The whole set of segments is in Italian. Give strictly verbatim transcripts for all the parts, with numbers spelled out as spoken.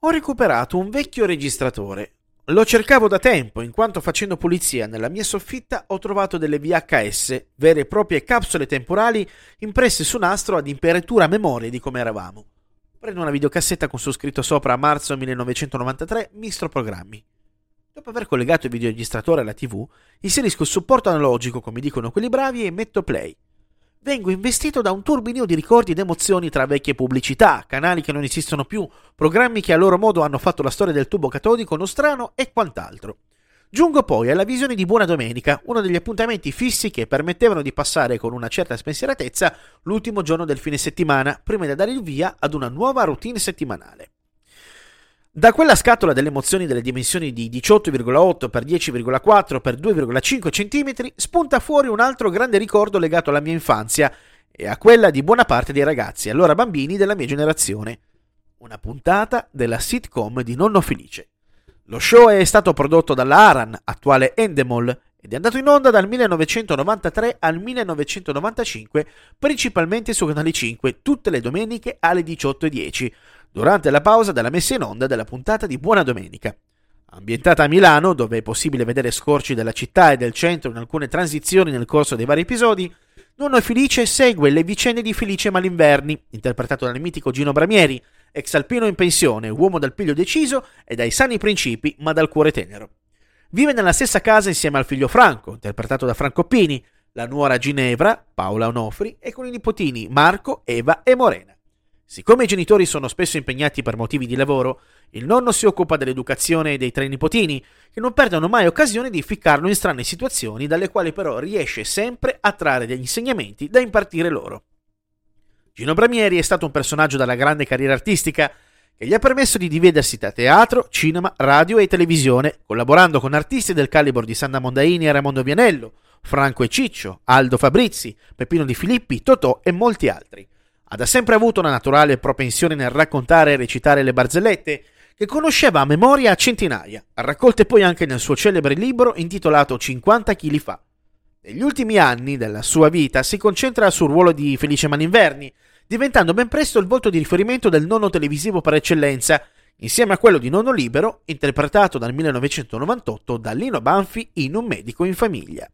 Ho recuperato un vecchio registratore. Lo cercavo da tempo, in quanto facendo pulizia nella mia soffitta ho trovato delle V H S, vere e proprie capsule temporali impresse su nastro ad imperatura memoria di come eravamo. Prendo una videocassetta con su scritto sopra marzo millenovecentonovantatré, mistro programmi. Dopo aver collegato il videoregistratore alla tivù, inserisco il supporto analogico, come dicono quelli bravi, e metto play. Vengo investito da un turbinio di ricordi ed emozioni tra vecchie pubblicità, canali che non esistono più, programmi che a loro modo hanno fatto la storia del tubo catodico nostrano e quant'altro. Giungo poi alla visione di Buona Domenica, uno degli appuntamenti fissi che permettevano di passare con una certa spensieratezza l'ultimo giorno del fine settimana, prima di dare il via ad una nuova routine settimanale. Da quella scatola delle emozioni delle dimensioni di diciotto virgola otto per dieci virgola quattro per due virgola cinque centimetri spunta fuori un altro grande ricordo legato alla mia infanzia e a quella di buona parte dei ragazzi, allora bambini della mia generazione. Una puntata della sitcom di Nonno Felice. Lo show è stato prodotto dalla Aran, attuale Endemol, ed è andato in onda dal millenovecentonovantatré al millenovecentonovantacinque, principalmente su Canale cinque, tutte le domeniche alle diciotto e dieci, durante la pausa della messa in onda della puntata di Buona Domenica. Ambientata a Milano, dove è possibile vedere scorci della città e del centro in alcune transizioni nel corso dei vari episodi, Nonno Felice segue le vicende di Felice Malinverni, interpretato dal mitico Gino Bramieri, ex alpino in pensione, uomo dal piglio deciso e dai sani principi, ma dal cuore tenero. Vive nella stessa casa insieme al figlio Franco, interpretato da Franco Pini, la nuora Ginevra, Paola Onofri, e con i nipotini Marco, Eva e Morena. Siccome i genitori sono spesso impegnati per motivi di lavoro, il nonno si occupa dell'educazione dei tre nipotini, che non perdono mai occasione di ficcarlo in strane situazioni dalle quali però riesce sempre a trarre degli insegnamenti da impartire loro. Gino Bramieri è stato un personaggio dalla grande carriera artistica che gli ha permesso di dividersi tra teatro, cinema, radio e televisione, collaborando con artisti del calibro di Sandra Mondaini e Raimondo Vianello, Franco e Ciccio, Aldo Fabrizi, Peppino Di Filippi, Totò e molti altri. Ha da sempre avuto una naturale propensione nel raccontare e recitare le barzellette, che conosceva a memoria a centinaia, raccolte poi anche nel suo celebre libro intitolato cinquanta chili fa. Negli ultimi anni della sua vita si concentra sul ruolo di Felice Malinverni, diventando ben presto il volto di riferimento del nonno televisivo per eccellenza, insieme a quello di Nonno Libero, interpretato dal millenovecentonovantotto da Lino Banfi in Un medico in famiglia.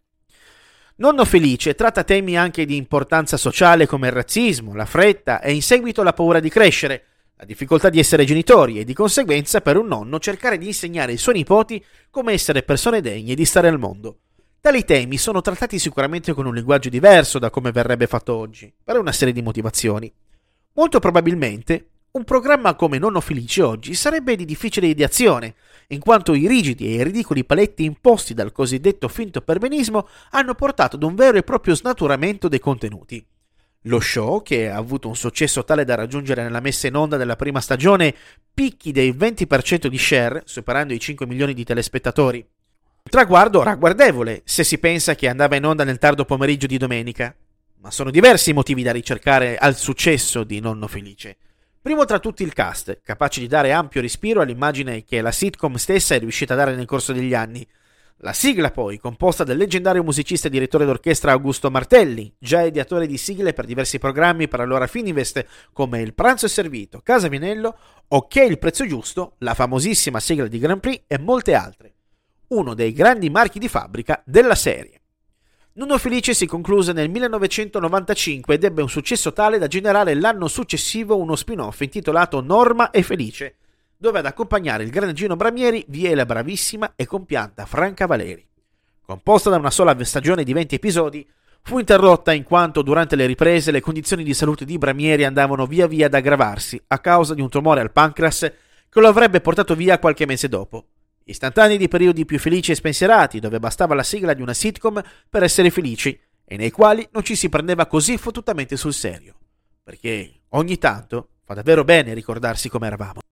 Nonno Felice tratta temi anche di importanza sociale come il razzismo, la fretta e in seguito la paura di crescere, la difficoltà di essere genitori e di conseguenza per un nonno cercare di insegnare ai suoi nipoti come essere persone degne di stare al mondo. Tali temi sono trattati sicuramente con un linguaggio diverso da come verrebbe fatto oggi, per una serie di motivazioni. Molto probabilmente un programma come Nonno Felice oggi sarebbe di difficile ideazione, in quanto i rigidi e i ridicoli paletti imposti dal cosiddetto finto perbenismo hanno portato ad un vero e proprio snaturamento dei contenuti. Lo show, che ha avuto un successo tale da raggiungere nella messa in onda della prima stagione picchi dei venti per cento di share, superando i cinque milioni di telespettatori. Un traguardo ragguardevole, se si pensa che andava in onda nel tardo pomeriggio di domenica. Ma sono diversi i motivi da ricercare al successo di Nonno Felice. Primo tra tutti il cast, capace di dare ampio respiro all'immagine che la sitcom stessa è riuscita a dare nel corso degli anni. La sigla poi, composta dal leggendario musicista e direttore d'orchestra Augusto Martelli, già ideatore di sigle per diversi programmi per allora Fininvest come Il pranzo è servito, Casa Vinello, Ok il prezzo giusto, la famosissima sigla di Grand Prix e molte altre. Uno dei grandi marchi di fabbrica della serie. Nonno Felice si concluse nel millenovecentonovantacinque ed ebbe un successo tale da generare l'anno successivo uno spin-off intitolato Norma e Felice, dove ad accompagnare il grande Gino Bramieri vi è la bravissima e compianta Franca Valeri. Composta da una sola stagione di venti episodi, fu interrotta in quanto durante le riprese le condizioni di salute di Bramieri andavano via via ad aggravarsi a causa di un tumore al pancreas che lo avrebbe portato via qualche mese dopo. Istantanei di periodi più felici e spensierati, dove bastava la sigla di una sitcom per essere felici e nei quali non ci si prendeva così fottutamente sul serio. Perché ogni tanto fa davvero bene ricordarsi come eravamo.